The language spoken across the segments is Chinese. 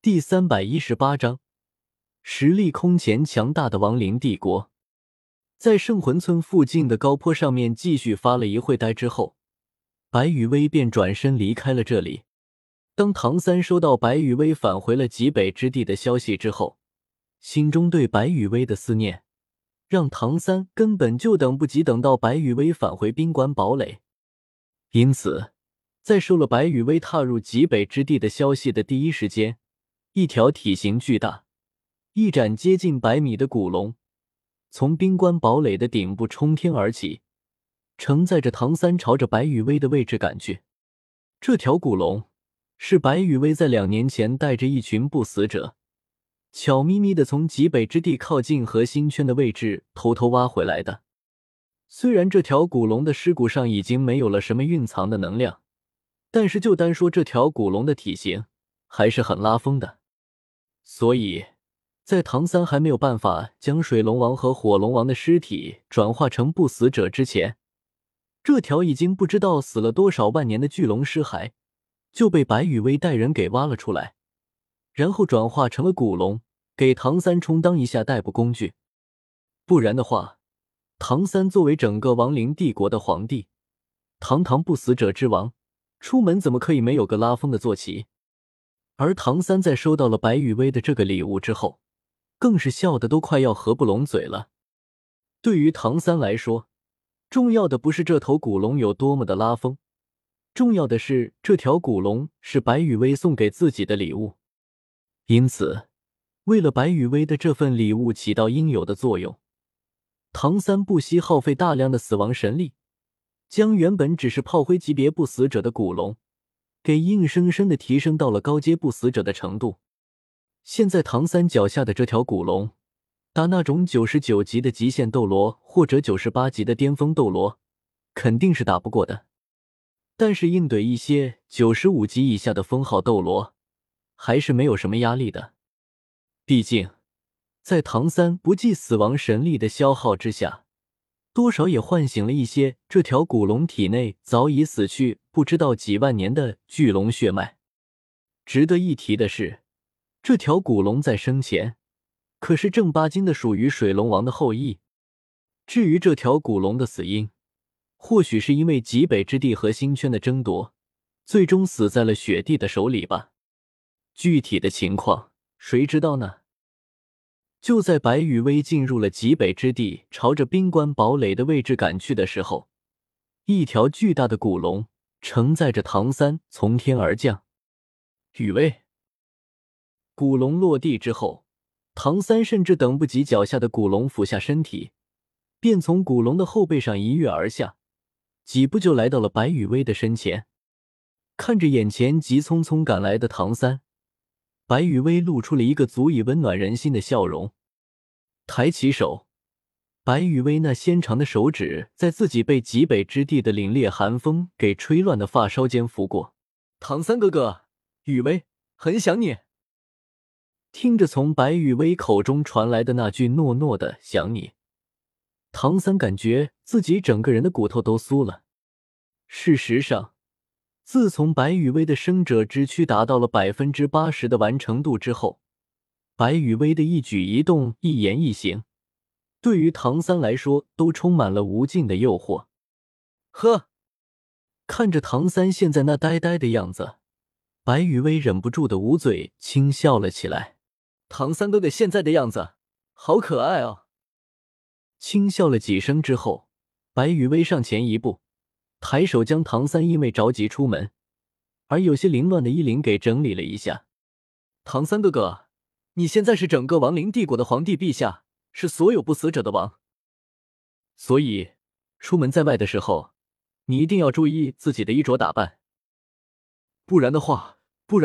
第318章，实力空前强大的亡灵帝国。在圣魂村附近的高坡上面继续发了一会呆之后，白羽薇便转身离开了这里。当唐三收到白羽薇返回了极北之地的消息之后，心中对白羽薇的思念让唐三根本就等不及等到白羽薇返回宾馆堡垒。因此在收了白羽薇踏入极北之地的消息的第一时间，一条体型巨大、一展接近100米的古龙从冰棺堡垒的顶部冲天而起，承载着唐三朝着白羽薇的位置赶去。这条古龙是白羽薇在2年前带着一群不死者悄咪咪地从极北之地靠近核心圈的位置偷偷挖回来的。虽然这条古龙的尸骨上已经没有了什么蕴藏的能量，但是就单说这条古龙的体型还是很拉风的。所以在唐三还没有办法将水龙王和火龙王的尸体转化成不死者之前，这条已经不知道死了多少万年的巨龙尸骸就被白羽薇带人给挖了出来，然后转化成了古龙，给唐三充当一下逮捕工具。不然的话，唐三作为整个亡灵帝国的皇帝，堂堂不死者之王，出门怎么可以没有个拉风的坐骑？而唐三在收到了白羽薇的这个礼物之后，更是笑得都快要合不拢嘴了。对于唐三来说，重要的不是这头古龙有多么的拉风，重要的是这条古龙是白羽薇送给自己的礼物。因此为了白羽薇的这份礼物起到应有的作用，唐三不惜耗费大量的死亡神力，将原本只是炮灰级别不死者的古龙给硬生生的提升到了高阶不死者的程度。现在唐三脚下的这条古龙，打那种99级的极限斗罗或者98级的巅峰斗罗肯定是打不过的，但是应对一些95级以下的封号斗罗还是没有什么压力的。毕竟在唐三不计死亡神力的消耗之下，多少也唤醒了一些这条古龙体内早已死去不知道几万年的巨龙血脉。值得一提的是，这条古龙在生前可是正八经的属于水龙王的后裔。至于这条古龙的死因，或许是因为极北之地核心圈的争夺，最终死在了雪帝的手里吧。具体的情况谁知道呢？就在白羽薇进入了极北之地，朝着冰棺堡垒的位置赶去的时候，一条巨大的古龙承载着唐三从天而降。羽薇，古龙落地之后，唐三甚至等不及脚下的古龙俯下身体，便从古龙的后背上一跃而下，几步就来到了白羽薇的身前。看着眼前急匆匆赶来的唐三，白羽薇露出了一个足以温暖人心的笑容。抬起手，白羽薇那纤长的手指在自己被极北之地的凛冽寒风给吹乱的发梢间拂过。唐三哥哥，羽薇，很想你。听着从白羽薇口中传来的那句糯糯的想你，唐三感觉自己整个人的骨头都酥了。事实上，自从白羽薇的生者之躯达到了 80% 的完成度之后，白羽薇的一举一动一言一行对于唐三来说都充满了无尽的诱惑。呵，看着唐三现在那呆呆的样子，白羽薇忍不住的捂嘴轻笑了起来。唐三哥哥现在的样子好可爱哦。轻笑了几声之后，白羽薇上前一步，抬手将唐三因为着急出门而有些凌乱的衣领给整理了一下。唐三哥哥，你现在是整个亡灵帝国的皇帝陛下，是所有不死者的王，所以出门在外的时候，你一定要注意自己的衣着打扮，不然的话。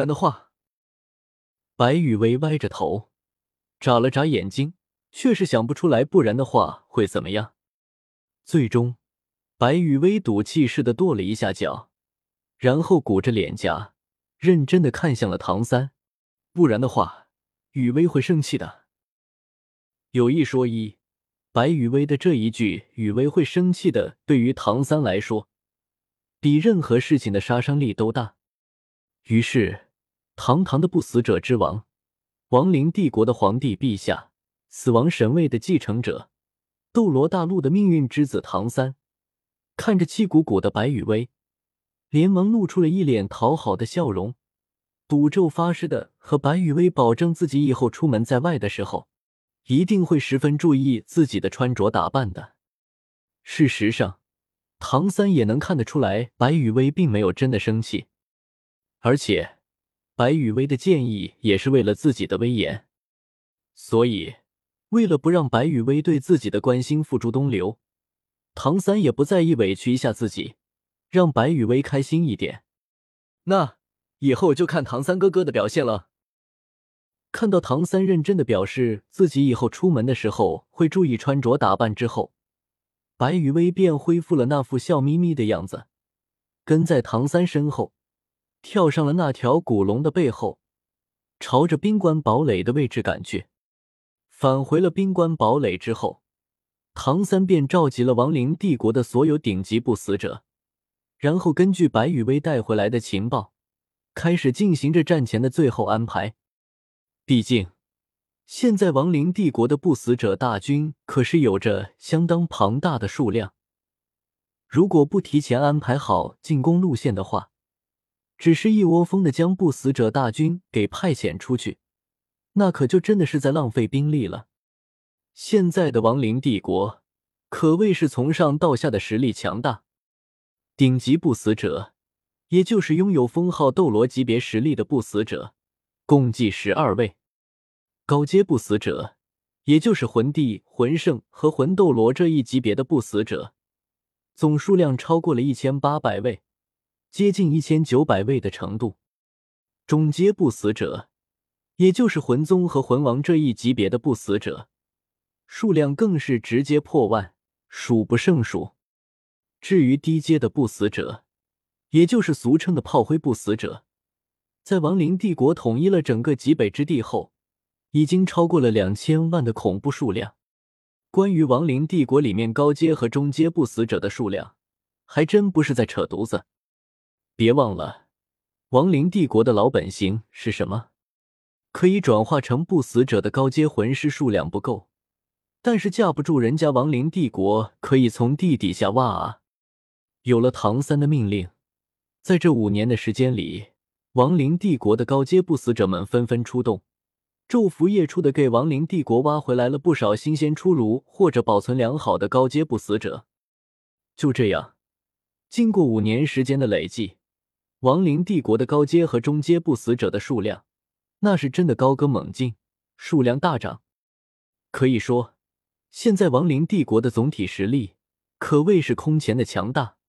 白羽薇歪着头眨了眨眼睛，却是想不出来不然的话会怎么样。最终白羽薇赌气似的跺了一下脚，然后鼓着脸颊认真的看向了唐三。不然的话，羽薇会生气的。有一说一，白羽薇的这一句羽薇会生气的对于唐三来说比任何事情的杀伤力都大。于是堂堂的不死者之王亡灵帝国的皇帝陛下，死亡神位的继承者，斗罗大陆的命运之子唐三，看着气鼓鼓的白羽薇，连忙露出了一脸讨好的笑容，赌咒发誓的和白羽薇保证自己以后出门在外的时候，一定会十分注意自己的穿着打扮的。事实上，唐三也能看得出来，白羽薇并没有真的生气，而且白羽薇的建议也是为了自己的威严，所以为了不让白羽薇对自己的关心付诸东流，唐三也不在意委屈一下自己，让白羽薇开心一点。那以后就看唐三哥哥的表现了。看到唐三认真的表示自己以后出门的时候会注意穿着打扮之后，白羽薇便恢复了那副笑眯眯的样子，跟在唐三身后，跳上了那条古龙的背后，朝着冰棺堡垒的位置赶去。返回了冰棺堡垒之后，唐三便召集了亡灵帝国的所有顶级不死者，然后根据白羽薇带回来的情报，开始进行着战前的最后安排。毕竟现在亡灵帝国的不死者大军可是有着相当庞大的数量，如果不提前安排好进攻路线的话，只是一窝蜂的将不死者大军给派遣出去，那可就真的是在浪费兵力了。现在的亡灵帝国可谓是从上到下的实力强大，顶级不死者，也就是拥有封号斗罗级别实力的不死者，共计12位。高阶不死者，也就是魂帝、魂圣和魂斗罗这一级别的不死者，总数量超过了1800位，接近1900位的程度。中阶不死者，也就是魂宗和魂王这一级别的不死者，数量更是直接破万，数不胜数。至于低阶的不死者，也就是俗称的炮灰不死者，在亡灵帝国统一了整个极北之地后，已经超过了2000万的恐怖数量。关于亡灵帝国里面高阶和中阶不死者的数量，还真不是在扯犊子。别忘了，亡灵帝国的老本行是什么？可以转化成不死者的高阶魂师数量不够，但是架不住人家亡灵帝国可以从地底下挖啊。有了唐三的命令，在这5年的时间里，亡灵帝国的高阶不死者们纷纷出动，昼伏夜出的给亡灵帝国挖回来了不少新鲜出炉或者保存良好的高阶不死者。就这样，经过5年时间的累计，亡灵帝国的高阶和中阶不死者的数量，那是真的高歌猛进，数量大涨。可以说，现在亡灵帝国的总体实力可谓是空前的强大。